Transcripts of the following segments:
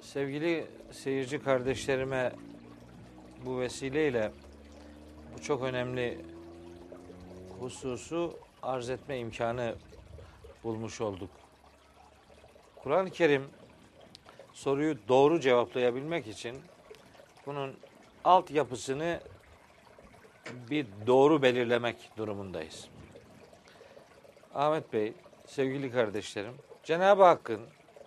Sevgili seyirci kardeşlerime bu vesileyle bu çok önemli hususu arz etme imkanı bulmuş olduk. Kur'an-ı Kerim soruyu doğru cevaplayabilmek için bunun altyapısını bir doğru belirlemek durumundayız. Ahmet Bey, sevgili kardeşlerim, Cenab-ı Hakk'ın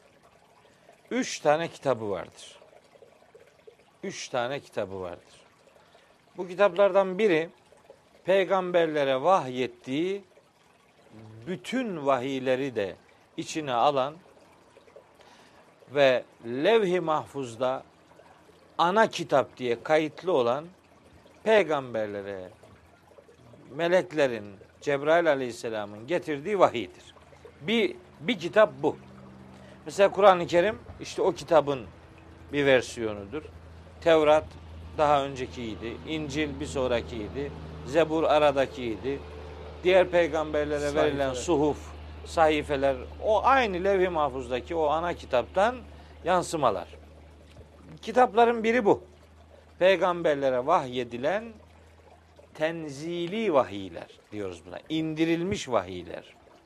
3 tane kitabı vardır. 3 tane kitabı vardır. Bu kitaplardan biri peygamberlere vahyettiği bütün vahiyleri de içine alan ve levh-i mahfuzda ana kitap diye kayıtlı olan peygamberlere meleklerin, Cebrail Aleyhisselam'ın getirdiği vahiydir. Bir kitap bu. Mesela Kur'an-ı Kerim işte o kitabın bir versiyonudur. Tevrat daha öncekiydi. İncil bir sonrakiydi. Zebur aradakiydi. Diğer peygamberlere verilen suhuf, sahifeler o aynı levh-i mahfuzdaki o ana kitaptan yansımalar. Kitapların biri bu. Peygamberlere vahyedilen tenzili vahiyler diyoruz buna. İndirilmiş vahiyler.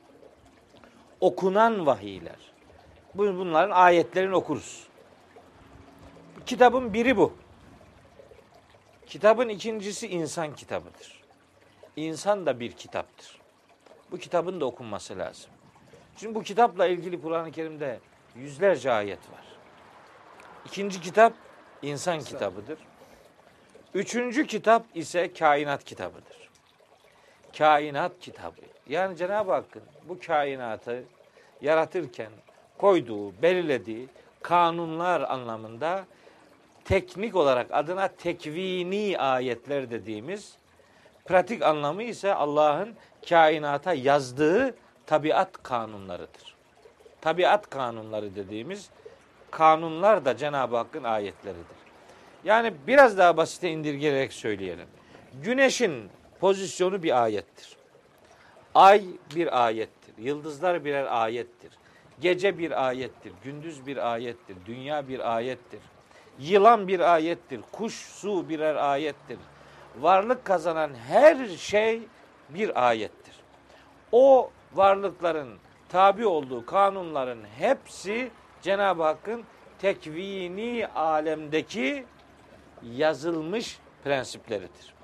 Okunan vahiyler. Bunların ayetlerini okuruz. Kitabın biri bu. Kitabın ikincisi insan kitabıdır. İnsan da bir kitaptır. Bu kitabın da okunması lazım. Şimdi bu kitapla ilgili Kur'an-ı Kerim'de yüzlerce ayet var. İkinci kitap insan kitabıdır. Üçüncü kitap ise kainat kitabıdır. Kainat kitabı. Yani Cenab-ı Hakk'ın bu kainatı yaratırken koyduğu, belirlediği kanunlar anlamında teknik olarak adına tekvini ayetler dediğimiz, pratik anlamı ise Allah'ın kainata yazdığı tabiat kanunlarıdır. Tabiat kanunları dediğimiz kanunlar da Cenab-ı Hakk'ın ayetleridir. Yani biraz daha basite indirgeyerek söyleyelim. Güneşin pozisyonu bir ayettir. Ay bir ayettir. Yıldızlar birer ayettir. Gece bir ayettir. Gündüz bir ayettir. Dünya bir ayettir. Yılan bir ayettir. Kuş, su birer ayettir. Varlık kazanan her şey bir ayettir. O varlıkların tabi olduğu kanunların hepsi Cenab-ı Hakk'ın tekvini alemdeki yazılmış prensipleridir.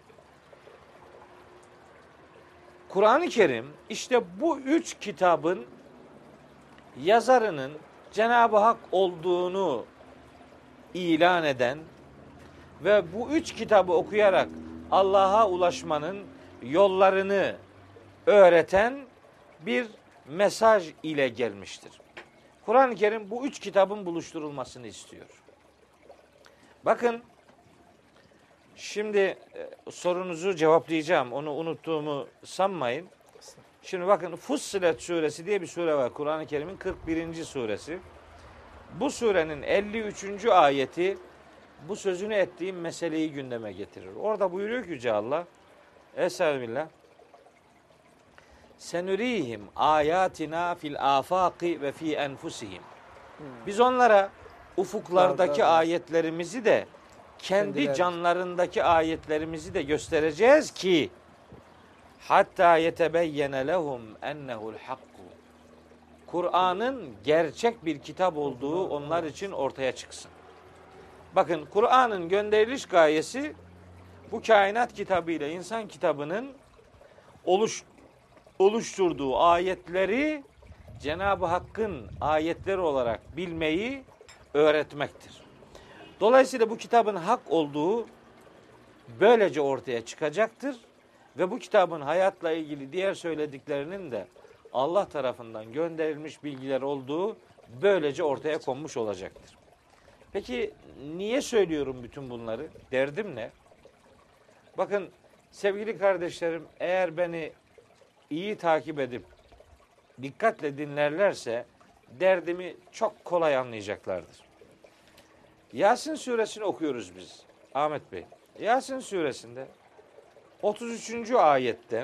Kur'an-ı Kerim işte bu 3 kitabın yazarının Cenab-ı Hak olduğunu ilan eden ve bu 3 kitabı okuyarak Allah'a ulaşmanın yollarını öğreten bir mesaj ile gelmiştir. Kur'an-ı Kerim bu 3 kitabın buluşturulmasını istiyor. Bakın, şimdi sorunuzu cevaplayacağım. Onu unuttuğumu sanmayın. Şimdi bakın, Fussilet suresi diye bir sure var. Kur'an-ı Kerim'in 41. suresi. Bu surenin 53. ayeti bu sözünü ettiğim meseleyi gündeme getirir. Orada buyuruyor ki Yüce Allah, Estağfirullah. Senurihim ayatina fil afaki ve fi enfusihim. Biz onlara ufuklardaki ayetlerimizi de kendi canlarındaki ayetlerimizi de göstereceğiz ki hatta yetebeyyene lehum ennehu'l hakku. Kur'an'ın gerçek bir kitap olduğu onlar için ortaya çıksın. Bakın, Kur'an'ın gönderiliş gayesi bu kainat kitabı ile insan kitabının oluşturduğu ayetleri Cenab-ı Hakk'ın ayetleri olarak bilmeyi öğretmektir. Dolayısıyla bu kitabın hak olduğu böylece ortaya çıkacaktır ve bu kitabın hayatla ilgili diğer söylediklerinin de Allah tarafından gönderilmiş bilgiler olduğu böylece ortaya konmuş olacaktır. Peki niye söylüyorum bütün bunları? Derdim ne? Bakın sevgili kardeşlerim, eğer beni iyi takip edip dikkatle dinlerlerse derdimi çok kolay anlayacaklardır. Yasin suresini okuyoruz biz Ahmet Bey. Yasin suresinde 33. ayetten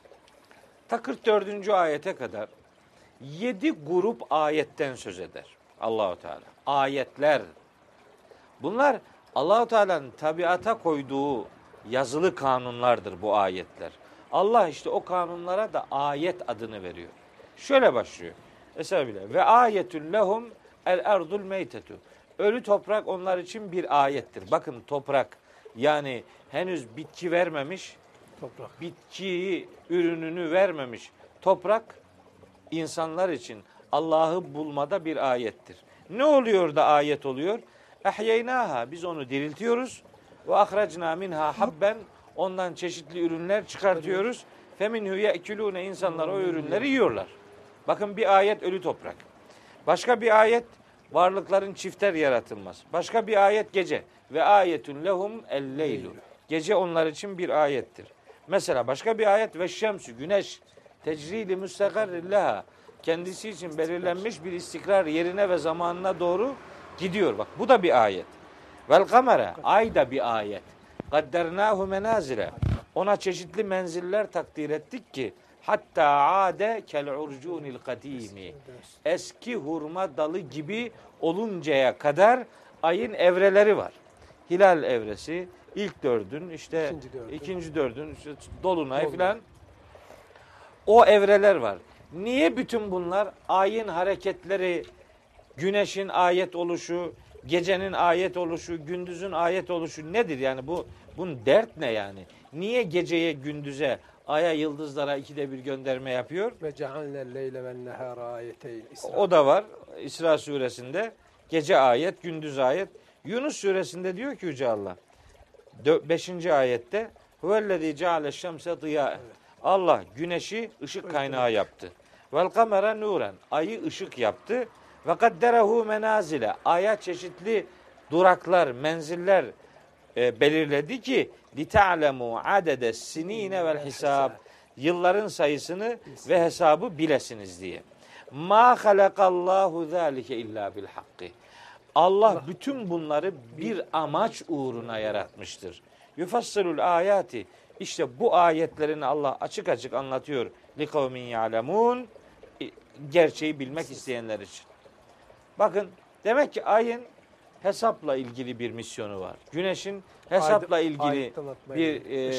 ta 44. ayete kadar 7 grup ayetten söz eder. Allahu Teala. Ayetler. Bunlar Allahu Teala'nın tabiata koyduğu yazılı kanunlardır bu ayetler. Allah işte o kanunlara da ayet adını veriyor. Şöyle başlıyor. Estağfirullah. Ve ayetun lehum el erdul meytetu. Ölü toprak onlar için bir ayettir. Bakın toprak yani henüz bitki vermemiş, Toprak. bitkiyi, ürününü vermemiş toprak insanlar için Allah'ı bulmada bir ayettir. Ne oluyor da ayet oluyor? Ehyeynaha, biz onu diriltiyoruz. Ve ahracna minha habben, ondan çeşitli ürünler çıkartıyoruz. Feminhu ye'kulune, insanlar o ürünleri yiyorlar. Bakın bir ayet ölü toprak. Başka bir ayet varlıkların çifter yaratılmaz. Başka bir ayet gece. Ve ayetun lehum el-leylu. Gece onlar için bir ayettir. Mesela başka bir ayet ve şemsü, güneş tecrili müstakarrillaha, kendisi için belirlenmiş bir istikrar yerine ve zamanına doğru gidiyor. Bak bu da bir ayet. Vel kamera, ay da bir ayet. Kaddernahu menazile, ona çeşitli menziller takdir ettik ki hatta ade kel urcunil kadimi, eski hurma dalı gibi oluncaya kadar ayın evreleri var. Hilal evresi, ilk dördün, işte ikinci dördün, işte dolunay filan, o evreler var. Niye bütün bunlar? Ayın hareketleri, güneşin ayet oluşu, gecenin ayet oluşu, gündüzün ayet oluşu nedir? Yani bunun dert ne yani? Niye geceye, gündüze, aya, yıldızlara ikide bir gönderme yapıyor? Ve cealnel leyle ven nehara ayeteyn. O da var İsra suresinde. Gece ayet, gündüz ayet. Yunus suresinde diyor ki Yüce Allah 5. ayette huvellezî ceale şemse diyâen. Allah güneşi ışık kaynağı yaptı. Vel kamera nuren, ayı ışık yaptı. Ve kadderehu menazile, aya çeşitli duraklar, menziller belirledi ki lita'lemu adede sinine vel hisab, yılların sayısını ve hesabı bilesiniz diye. Ma halakallahu zalike illa bil hakki. Allah bütün bunları bir amaç uğruna yaratmıştır. Yufassilul ayati, işte bu ayetlerini Allah açık açık anlatıyor. Li kavmin ya'lemun, gerçeği bilmek isteyenler için. Bakın demek ki ayın hesapla ilgili bir misyonu var. Güneşin hesapla ilgili bir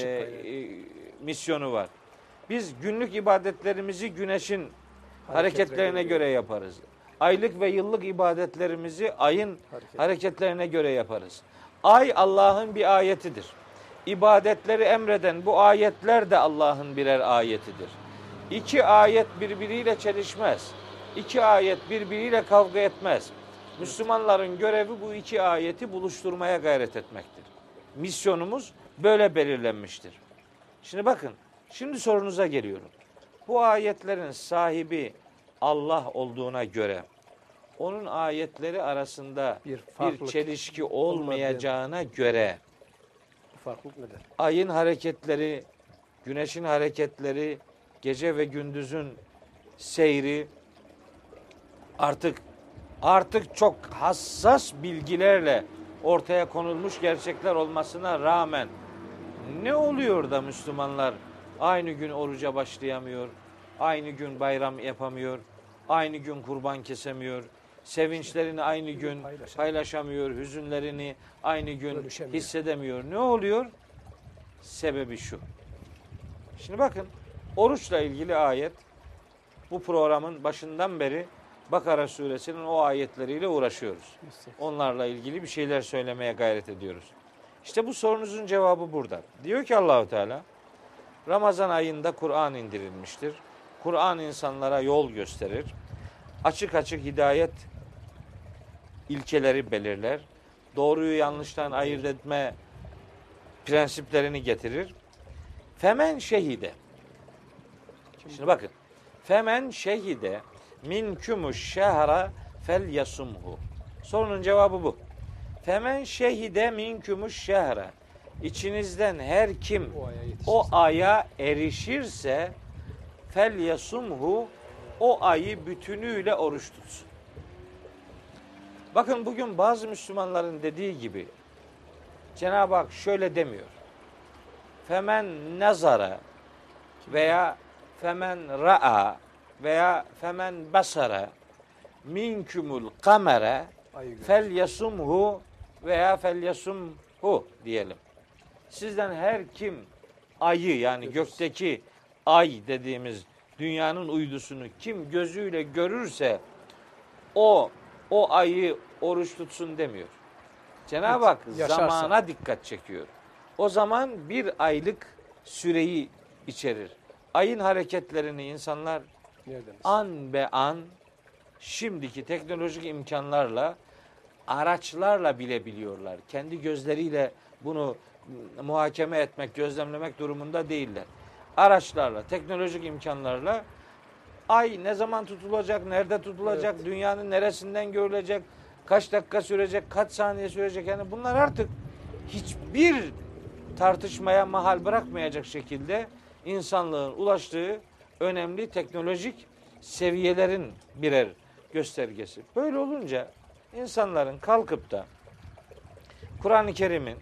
misyonu var. Biz günlük ibadetlerimizi güneşin hareketlerine göre yaparız. Aylık ve yıllık ibadetlerimizi ayın hareketlerine göre yaparız. Ay Allah'ın bir ayetidir. İbadetleri emreden bu ayetler de Allah'ın birer ayetidir. İki ayet birbiriyle çelişmez. İki ayet birbiriyle kavga etmez. Müslümanların görevi bu iki ayeti buluşturmaya gayret etmektir. Misyonumuz böyle belirlenmiştir. Şimdi bakın, şimdi sorunuza geliyorum. Bu ayetlerin sahibi Allah olduğuna göre onun ayetleri arasında bir çelişki olmayacağına göre farklılık nedir? Ayın hareketleri, güneşin hareketleri, gece ve gündüzün seyri artık çok hassas bilgilerle ortaya konulmuş gerçekler olmasına rağmen ne oluyor da Müslümanlar aynı gün oruca başlayamıyor, aynı gün bayram yapamıyor, aynı gün kurban kesemiyor, sevinçlerini aynı gün paylaşamıyor, hüzünlerini aynı gün hissedemiyor. Ne oluyor? Sebebi şu. Şimdi bakın, oruçla ilgili ayet, bu programın başından beri Bakara suresinin o ayetleriyle uğraşıyoruz. Onlarla ilgili bir şeyler söylemeye gayret ediyoruz. İşte bu sorunuzun cevabı burada. Diyor ki Allahu Teala, Ramazan ayında Kur'an indirilmiştir. Kur'an insanlara yol gösterir. Açık açık hidayet ilkeleri belirler. Doğruyu yanlıştan ayırt etme prensiplerini getirir. Femen şehide. Şimdi bakın. Femen şehide minkumuş şehra fel yasumhu. Sorunun cevabı bu. Femen şehide minkumuş şehra. İçinizden her kim o aya erişirse fel yasumhu, o ayı bütünüyle oruç tutsun. Bakın bugün bazı Müslümanların dediği gibi Cenab-ı Hak şöyle demiyor. Femen nazara veya femen ra'a veya femen basara minkumul kamere Ayı görecek. fel yasumhu veya fel yasumhu diyelim. Sizden her kim ayı yani Görürüz. gökteki ay dediğimiz dünyanın uydusunu kim gözüyle görürse o ayı oruç tutsun demiyor. Cenab-ı Hak yaşarsa. zamana dikkat çekiyor. O zaman bir aylık süreyi içerir. Ayın hareketlerini insanlar Nereden? an be an şimdiki teknolojik imkanlarla, araçlarla bilebiliyorlar. Kendi gözleriyle bunu muhakeme etmek, gözlemlemek durumunda değiller. Araçlarla, teknolojik imkanlarla ay ne zaman tutulacak, nerede tutulacak, Evet. dünyanın neresinden görülecek, kaç dakika sürecek, kaç saniye sürecek, yani bunlar artık hiçbir tartışmaya mahal bırakmayacak şekilde insanlığın ulaştığı önemli teknolojik seviyelerin birer göstergesi. Böyle olunca insanların kalkıp da Kur'an-ı Kerim'in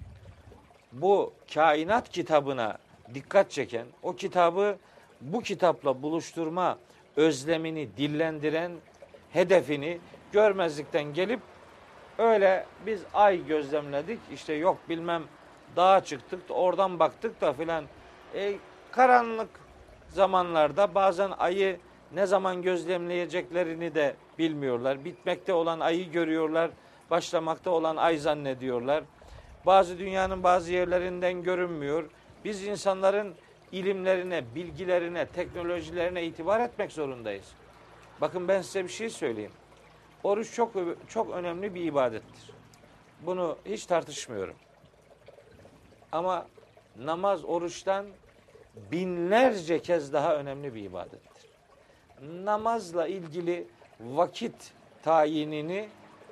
bu kainat kitabına dikkat çeken, o kitabı bu kitapla buluşturma özlemini dillendiren hedefini görmezlikten gelip öyle biz ay gözlemledik, işte yok bilmem dağa çıktık, oradan baktık da filan. Karanlık zamanlarda bazen ayı ne zaman gözlemleyeceklerini de bilmiyorlar. Bitmekte olan ayı görüyorlar, başlamakta olan ay zannediyorlar. Dünyanın bazı yerlerinden görünmüyor. Biz insanların ilimlerine, bilgilerine, teknolojilerine itibar etmek zorundayız. Bakın ben size bir şey söyleyeyim. Oruç çok önemli bir ibadettir. Bunu hiç tartışmıyorum. Ama namaz oruçtan binlerce kez daha önemli bir ibadettir. Namazla ilgili vakit tayinini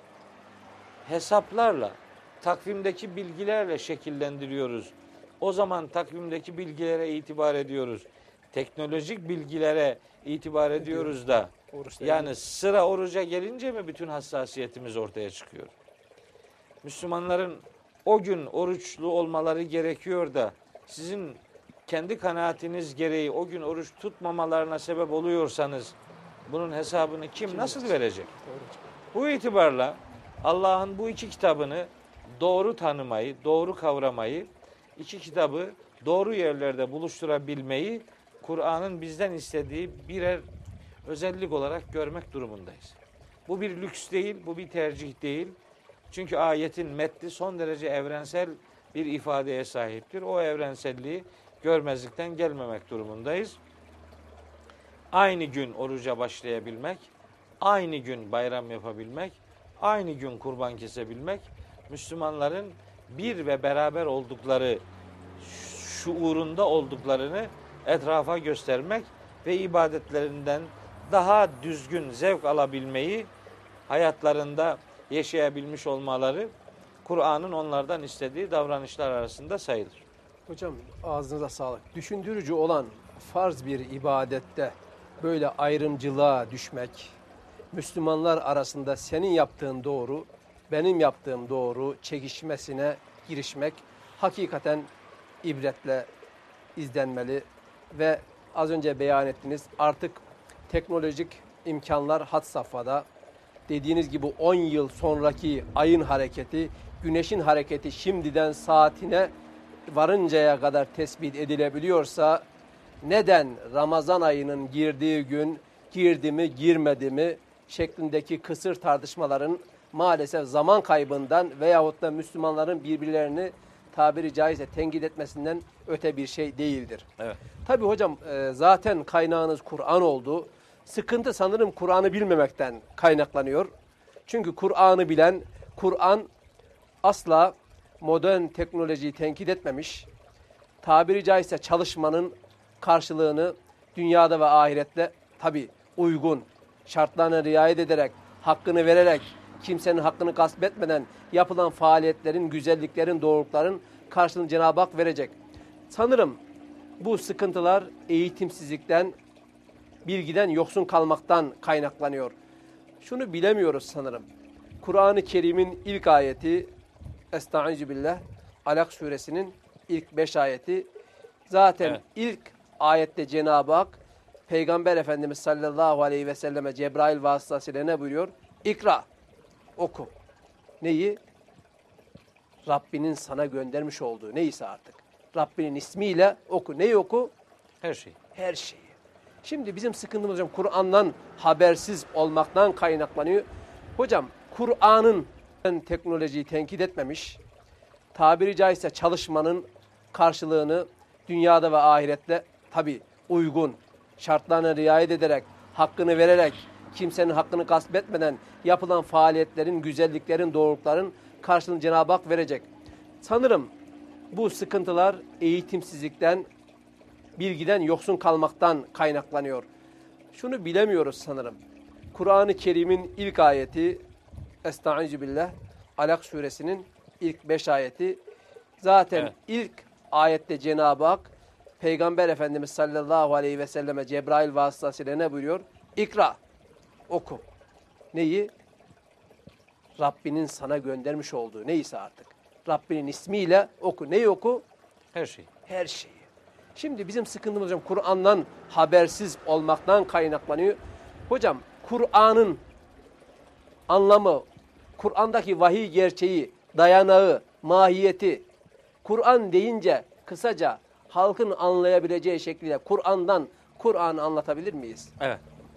hesaplarla, takvimdeki bilgilerle şekillendiriyoruz. O zaman takvimdeki bilgilere itibar ediyoruz. Teknolojik bilgilere itibar ediyoruz da Oruçla yani sıra oruca gelince mi bütün hassasiyetimiz ortaya çıkıyor? Müslümanların o gün oruçlu olmaları gerekiyor da sizin kendi kanaatiniz gereği o gün oruç tutmamalarına sebep oluyorsanız bunun hesabını kim nasıl verecek? Bu itibarla Allah'ın bu iki kitabını doğru tanımayı, doğru kavramayı, iki kitabı doğru yerlerde buluşturabilmeyi Kur'an'ın bizden istediği birer özellik olarak görmek durumundayız. Bu bir lüks değil, bu bir tercih değil. Çünkü ayetin metni son derece evrensel bir ifadeye sahiptir. O evrenselliği görmezlikten gelmemek durumundayız. Aynı gün oruca başlayabilmek, aynı gün bayram yapabilmek, aynı gün kurban kesebilmek, Müslümanların bir ve beraber oldukları, şuurunda olduklarını etrafa göstermek ve ibadetlerinden daha düzgün zevk alabilmeyi hayatlarında yaşayabilmiş olmaları Kur'an'ın onlardan istediği davranışlar arasında sayılır. Hocam ağzınıza sağlık. Düşündürücü olan farz bir ibadette böyle ayrımcılığa düşmek, Müslümanlar arasında senin yaptığın doğru, benim yaptığım doğru çekişmesine girişmek hakikaten ibretle izlenmeli ve az önce beyan ettiniz artık teknolojik imkanlar had safhada. Dediğiniz gibi 10 yıl sonraki ayın hareketi, güneşin hareketi şimdiden saatine varıncaya kadar tespit edilebiliyorsa neden Ramazan ayının girdiği gün girdi mi girmedi mi şeklindeki kısır tartışmaların maalesef zaman kaybından veyahut da Müslümanların birbirlerini tabiri caizse tenkit etmesinden öte bir şey değildir. Evet. Tabii hocam zaten kaynağınız Kur'an oldu. Sıkıntı sanırım Kur'an'ı bilmemekten kaynaklanıyor. Çünkü Kur'an'ı bilen, Kur'an asla modern teknolojiyi tenkit etmemiş. Tabiri caizse çalışmanın karşılığını dünyada ve ahirette tabii uygun, şartlarına riayet ederek, hakkını vererek, kimsenin hakkını gasp etmeden yapılan faaliyetlerin, güzelliklerin, doğrulukların karşılığını Cenab-ı Hak verecek. Sanırım bu sıkıntılar eğitimsizlikten, bilgiden yoksun kalmaktan kaynaklanıyor. Şunu bilemiyoruz sanırım. Kur'an-ı Kerim'in ilk ayeti Estaizu billah, Alak suresinin ilk 5 ayeti. Zaten evet. ilk ayette Cenab-ı Hak Peygamber Efendimiz sallallahu aleyhi ve selleme Cebrail vasıtasıyla ne buyuruyor? İkra, oku. Neyi? Rabbinin sana göndermiş olduğu neyse artık. Rabbinin ismiyle oku. Neyi oku? Her şey. Her şeyi. Şimdi bizim sıkıntımız hocam Kur'an'dan habersiz olmaktan kaynaklanıyor. Hocam Kur'an'ın teknolojiyi tenkit etmemiş, tabiri caizse çalışmanın karşılığını dünyada ve ahirette tabi uygun, şartlarına riayet ederek, hakkını vererek, kimsenin hakkını gasp etmeden yapılan faaliyetlerin, güzelliklerin, doğrulukların karşılığını Cenab-ı Hak verecek. Sanırım bu sıkıntılar eğitimsizlikten, bilgiden yoksun kalmaktan kaynaklanıyor. Şunu bilemiyoruz sanırım. Kur'an-ı Kerim'in ilk ayeti Estaizu billah Alak suresinin ilk 5 ayeti. Zaten evet. ilk ayette Cenab-ı Hak Peygamber Efendimiz sallallahu aleyhi ve selleme Cebrail vasıtasıyla ne buyuruyor? İkra, oku. Neyi? Rabbinin sana göndermiş olduğu neyse artık. Rabbinin ismiyle oku. Neyi oku? Her şey. Her şeyi. Şimdi bizim sıkıntımız hocam Kur'an'dan habersiz olmaktan kaynaklanıyor. Hocam Kur'an'ın anlamı, Kur'an'daki vahiy gerçeği, dayanağı, mahiyeti, Kur'an deyince kısaca halkın anlayabileceği şekilde Kur'an'ı anlatabilir miyiz? Evet.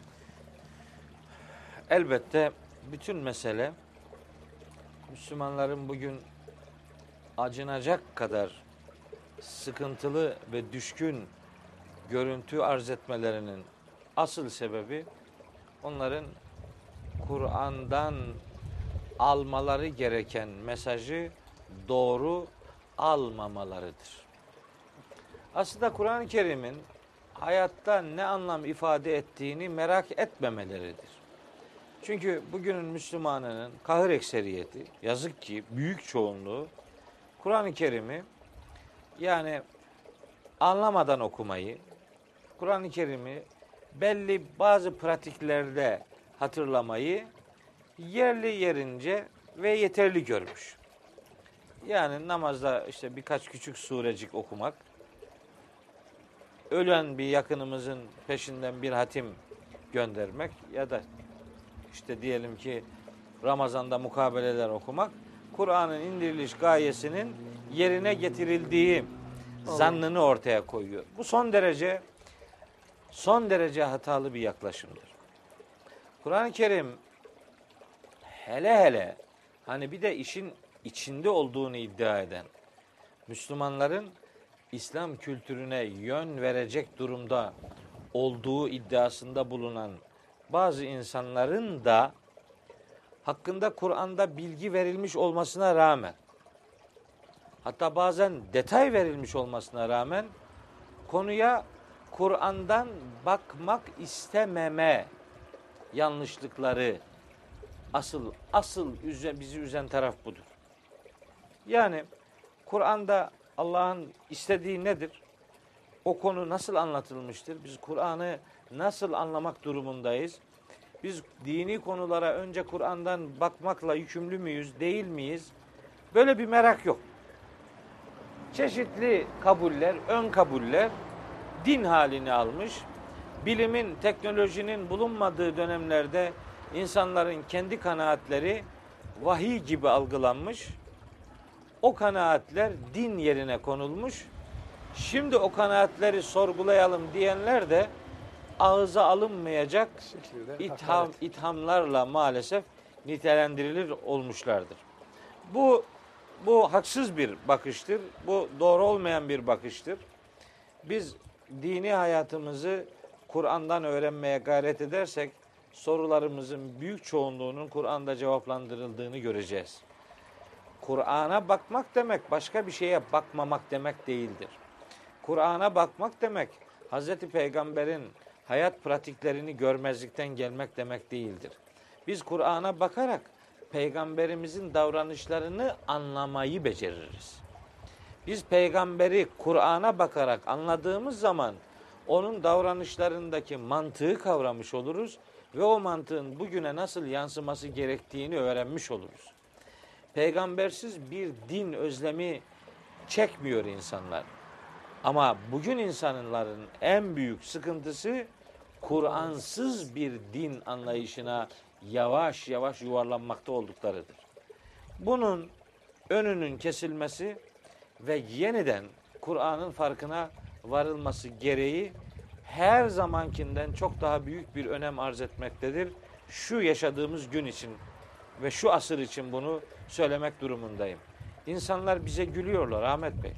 Elbette bütün mesele Müslümanların bugün acınacak kadar sıkıntılı ve düşkün görüntü arz etmelerinin asıl sebebi onların Kur'an'dan almaları gereken mesajı doğru almamalarıdır. Aslında Kur'an-ı Kerim'in hayatta ne anlam ifade ettiğini merak etmemeleridir. Çünkü bugünün Müslümanının kahır ekseriyeti, yazık ki büyük çoğunluğu Kur'an-ı Kerim'i yani anlamadan okumayı, Kur'an-ı Kerim'i belli bazı pratiklerde hatırlamayı yerli yerince ve yeterli görmüş. Yani namazda işte birkaç küçük surecik okumak, ölen bir yakınımızın peşinden bir hatim göndermek ya da işte diyelim ki Ramazan'da mukabeleler okumak, Kur'an'ın indiriliş gayesinin yerine getirildiği zannını ortaya koyuyor. Bu son derece hatalı bir yaklaşımdır. Kur'an-ı Kerim hele hani bir de işin içinde olduğunu iddia eden Müslümanların İslam kültürüne yön verecek durumda olduğu iddiasında bulunan bazı insanların da hakkında Kur'an'da bilgi verilmiş olmasına rağmen, hatta bazen detay verilmiş olmasına rağmen konuya Kur'an'dan bakmak istememe yanlışlıkları asıl bizi üzen taraf budur. Yani Kur'an'da Allah'ın istediği nedir? O konu nasıl anlatılmıştır? Biz Kur'an'ı nasıl anlamak durumundayız? Biz dini konulara önce Kur'an'dan bakmakla yükümlü müyüz, değil miyiz? Böyle bir merak yok. Çeşitli kabuller, ön kabuller din halini almış. Bilimin, teknolojinin bulunmadığı dönemlerde insanların kendi kanaatleri vahiy gibi algılanmış. O kanaatler din yerine konulmuş. Şimdi o kanaatleri sorgulayalım diyenler de ağıza alınmayacak ithamlarla maalesef nitelendirilir olmuşlardır. Bu haksız bir bakıştır. Bu doğru olmayan bir bakıştır. Biz dini hayatımızı Kur'an'dan öğrenmeye gayret edersek sorularımızın büyük çoğunluğunun Kur'an'da cevaplandırıldığını göreceğiz. Kur'an'a bakmak demek başka bir şeye bakmamak demek değildir. Kur'an'a bakmak demek Hz. Peygamber'in hayat pratiklerini görmezlikten gelmek demek değildir. Biz Kur'an'a bakarak Peygamberimizin davranışlarını anlamayı beceririz. Biz Peygamberi Kur'an'a bakarak anladığımız zaman onun davranışlarındaki mantığı kavramış oluruz ve o mantığın bugüne nasıl yansıması gerektiğini öğrenmiş oluruz. Peygambersiz bir din özlemi çekmiyor insanlar. Ama bugün insanların en büyük sıkıntısı Kur'ansız bir din anlayışına yavaş yavaş yuvarlanmakta olduklarıdır. Bunun önünün kesilmesi ve yeniden Kur'an'ın farkına varılması gereği her zamankinden çok daha büyük bir önem arz etmektedir. Şu yaşadığımız gün için ve şu asır için bunu söylemek durumundayım. İnsanlar bize gülüyorlar Ahmet Bey.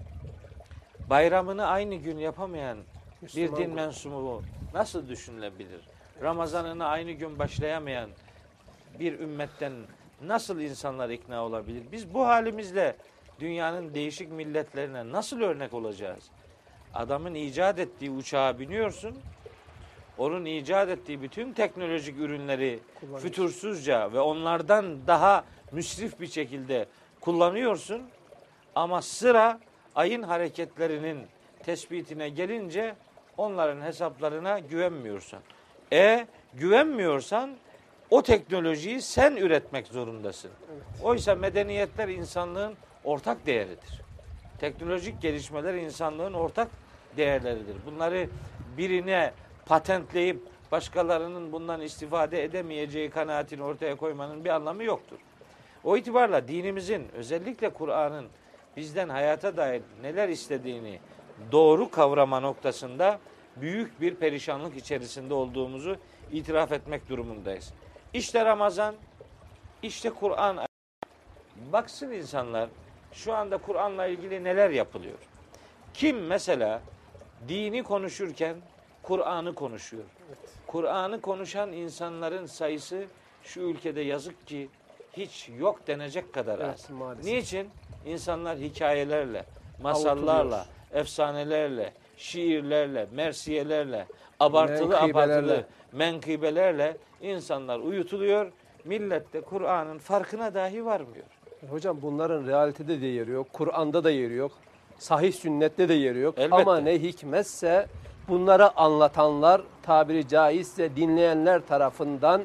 Bayramını aynı gün yapamayan bir din mensubu nasıl düşünülebilir? Ramazanını aynı gün başlayamayan bir ümmetten nasıl insanlar ikna olabilir? Biz bu halimizle dünyanın değişik milletlerine nasıl örnek olacağız? Adamın icat ettiği uçağa biniyorsun, onun icat ettiği bütün teknolojik ürünleri fütursuzca ve onlardan daha müsrif bir şekilde kullanıyorsun. Ama sıra ayın hareketlerinin tespitine gelince onların hesaplarına güvenmiyorsan. Güvenmiyorsan o teknolojiyi sen üretmek zorundasın. Evet. Oysa medeniyetler insanlığın ortak değeridir. Teknolojik gelişmeler insanlığın ortak değerleridir. Bunları birine patentleyip başkalarının bundan istifade edemeyeceği kanaatini ortaya koymanın bir anlamı yoktur. O itibarla dinimizin, özellikle Kur'an'ın bizden hayata dair neler istediğini doğru kavrama noktasında büyük bir perişanlık içerisinde olduğumuzu itiraf etmek durumundayız. İşte Ramazan, işte Kur'an. Baksın insanlar şu anda Kur'an'la ilgili neler yapılıyor. Kim mesela dini konuşurken Kur'an'ı konuşuyor. Evet. Kur'an'ı konuşan insanların sayısı şu ülkede yazık ki hiç yok denecek kadar az. Maalesef. Niçin? İnsanlar hikayelerle, masallarla, efsanelerle, şiirlerle, mersiyelerle, abartılı menkıbelerle insanlar uyutuluyor. Millet de Kur'an'ın farkına dahi varmıyor. Hocam bunların realitede de yeri yok. Kur'an'da da yeri yok. Sahih sünnette de yeri yok. Elbette. Ama ne hikmetse bunları anlatanlar, tabiri caizse dinleyenler tarafından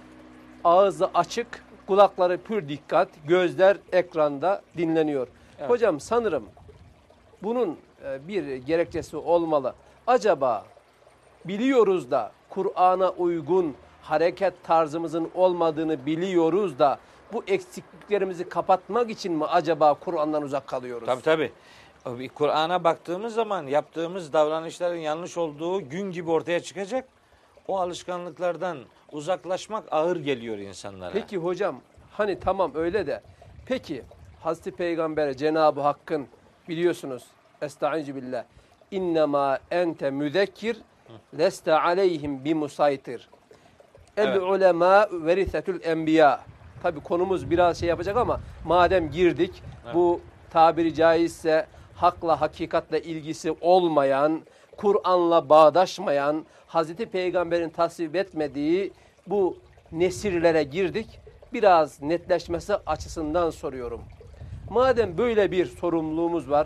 ağzı açık, kulakları pür dikkat, gözler ekranda dinleniyor. Evet. Hocam sanırım bunun bir gerekçesi olmalı. Acaba biliyoruz da Kur'an'a uygun hareket tarzımızın olmadığını biliyoruz da bu eksikliklerimizi kapatmak için mi acaba Kur'an'dan uzak kalıyoruz? Tabii. Kur'an'a baktığımız zaman yaptığımız davranışların yanlış olduğu gün gibi ortaya çıkacak. O alışkanlıklardan uzaklaşmak ağır geliyor insanlara. Peki hocam hani tamam öyle de peki Hazreti Peygamber Cenab-ı Hakk'ın biliyorsunuz Estaizu billah İnnemâ ente müzekkir leste aleyhim bimusaytir. El ulema verisetül enbiya. Tabi konumuz biraz şey yapacak ama madem girdik bu tabiri caizse hakla hakikatle ilgisi olmayan, Kur'an'la bağdaşmayan, Hazreti Peygamber'in tasvip etmediği bu nesirlere girdik. Biraz netleşmesi açısından soruyorum. Madem böyle bir sorumluluğumuz var,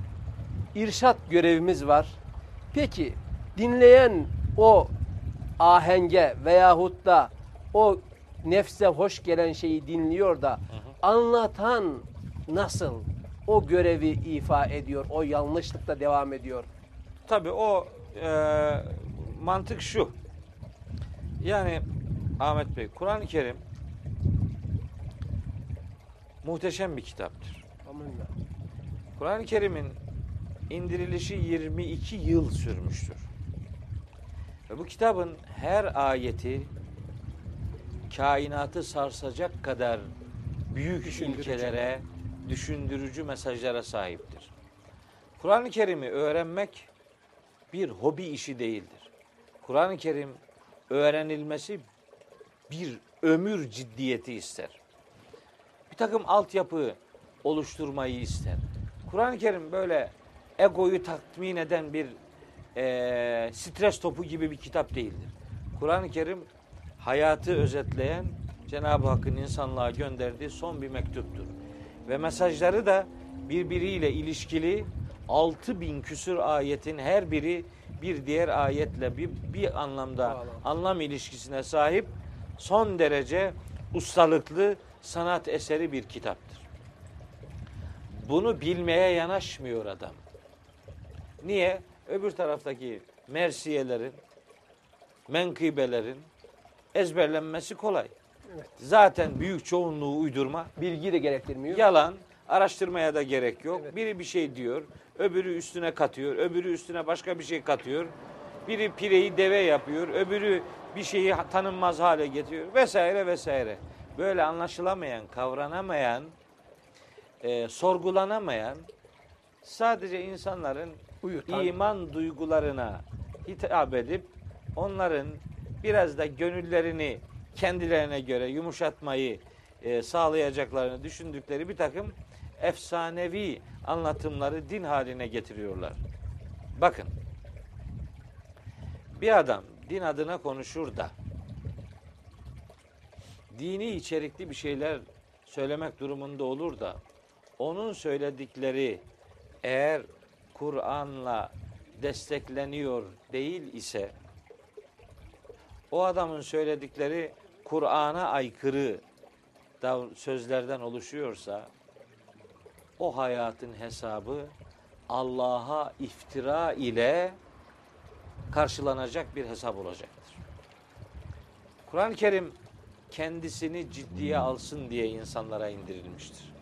irşat görevimiz var. Peki dinleyen o ahenge veyahut da o nefse hoş gelen şeyi dinliyor da anlatan nasıl o görevi ifa ediyor, o yanlışlıkla devam ediyor? Tabii o mantık şu. Yani Ahmet Bey, Kur'an-ı Kerim muhteşem bir kitaptır. Amenna. Kur'an-ı Kerim'in indirilişi 22 yıl sürmüştür. Ve bu kitabın her ayeti kainatı sarsacak kadar büyük ilkelere, düşündürücü mesajlara sahiptir. Kur'an-ı Kerim'i öğrenmek bir hobi işi değildir. Kur'an-ı Kerim öğrenilmesi bir ömür ciddiyeti ister. Bir takım altyapı oluşturmayı ister. Kur'an-ı Kerim böyle egoyu tatmin eden bir stres topu gibi bir kitap değildir. Kur'an-ı Kerim hayatı özetleyen Cenab-ı Hakk'ın insanlığa gönderdiği son bir mektuptur. Ve mesajları da birbiriyle ilişkili 6000 küsur ayetin her biri bir diğer ayetle bir anlamda anlam ilişkisine sahip son derece ustalıklı sanat eseri bir kitaptır. Bunu bilmeye yanaşmıyor adam. Niye? Öbür taraftaki mersiyelerin, menkıbelerin ezberlenmesi kolay. Evet. Zaten büyük çoğunluğu uydurma. Bilgi de gerektirmiyor. Yalan, araştırmaya da gerek yok. Evet. Biri bir şey diyor, öbürü üstüne katıyor, öbürü üstüne başka bir şey katıyor. Biri pireyi deve yapıyor, öbürü bir şeyi tanınmaz hale getiriyor vesaire vesaire. Böyle anlaşılamayan, kavranamayan, sorgulanamayan, sadece insanların Uyutan. iman duygularına hitap edip onların biraz da gönüllerini kendilerine göre yumuşatmayı sağlayacaklarını düşündükleri bir takım efsanevi anlatımları din haline getiriyorlar. Bakın, bir adam din adına konuşur da dini içerikli bir şeyler söylemek durumunda olur da onun söyledikleri eğer Kur'an'la destekleniyor değil ise o adamın söyledikleri Kur'an'a aykırı sözlerden oluşuyorsa o hayatın hesabı Allah'a iftira ile karşılanacak bir hesap olacaktır. Kur'an-ı Kerim kendisini ciddiye alsın diye insanlara indirilmiştir.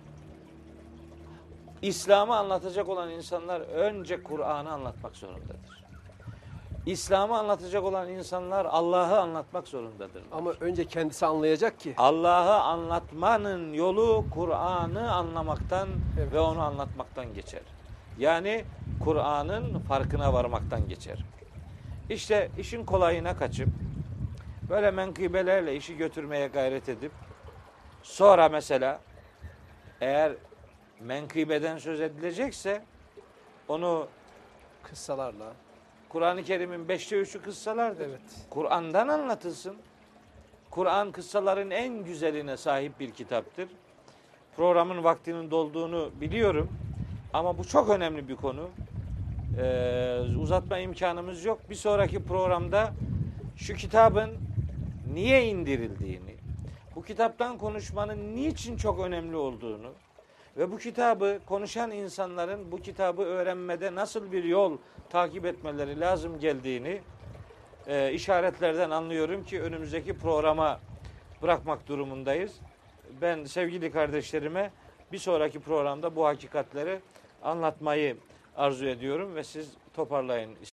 İslam'ı anlatacak olan insanlar önce Kur'an'ı anlatmak zorundadır. İslam'ı anlatacak olan insanlar Allah'ı anlatmak zorundadır. Ama önce kendisi anlayacak ki. Allah'ı anlatmanın yolu Kur'an'ı anlamaktan Evet. ve onu anlatmaktan geçer. Yani Kur'an'ın farkına varmaktan geçer. İşte işin kolayına kaçıp böyle menkıbelerle işi götürmeye gayret edip sonra mesela eğer menkıbeden söz edilecekse onu Kıssalarla. Kur'an-ı Kerim'in 3'ü kıssalardır. Evet. Kur'an'dan anlatılsın. Kur'an kıssaların en güzeline sahip bir kitaptır. Programın vaktinin dolduğunu biliyorum. Ama bu çok önemli bir konu. Uzatma imkanımız yok. Bir sonraki programda şu kitabın niye indirildiğini, bu kitaptan konuşmanın niçin çok önemli olduğunu ve bu kitabı konuşan insanların bu kitabı öğrenmede nasıl bir yol takip etmeleri lazım geldiğini işaretlerden anlıyorum ki önümüzdeki programa bırakmak durumundayız. Ben sevgili kardeşlerime bir sonraki programda bu hakikatleri anlatmayı arzu ediyorum ve siz toparlayın.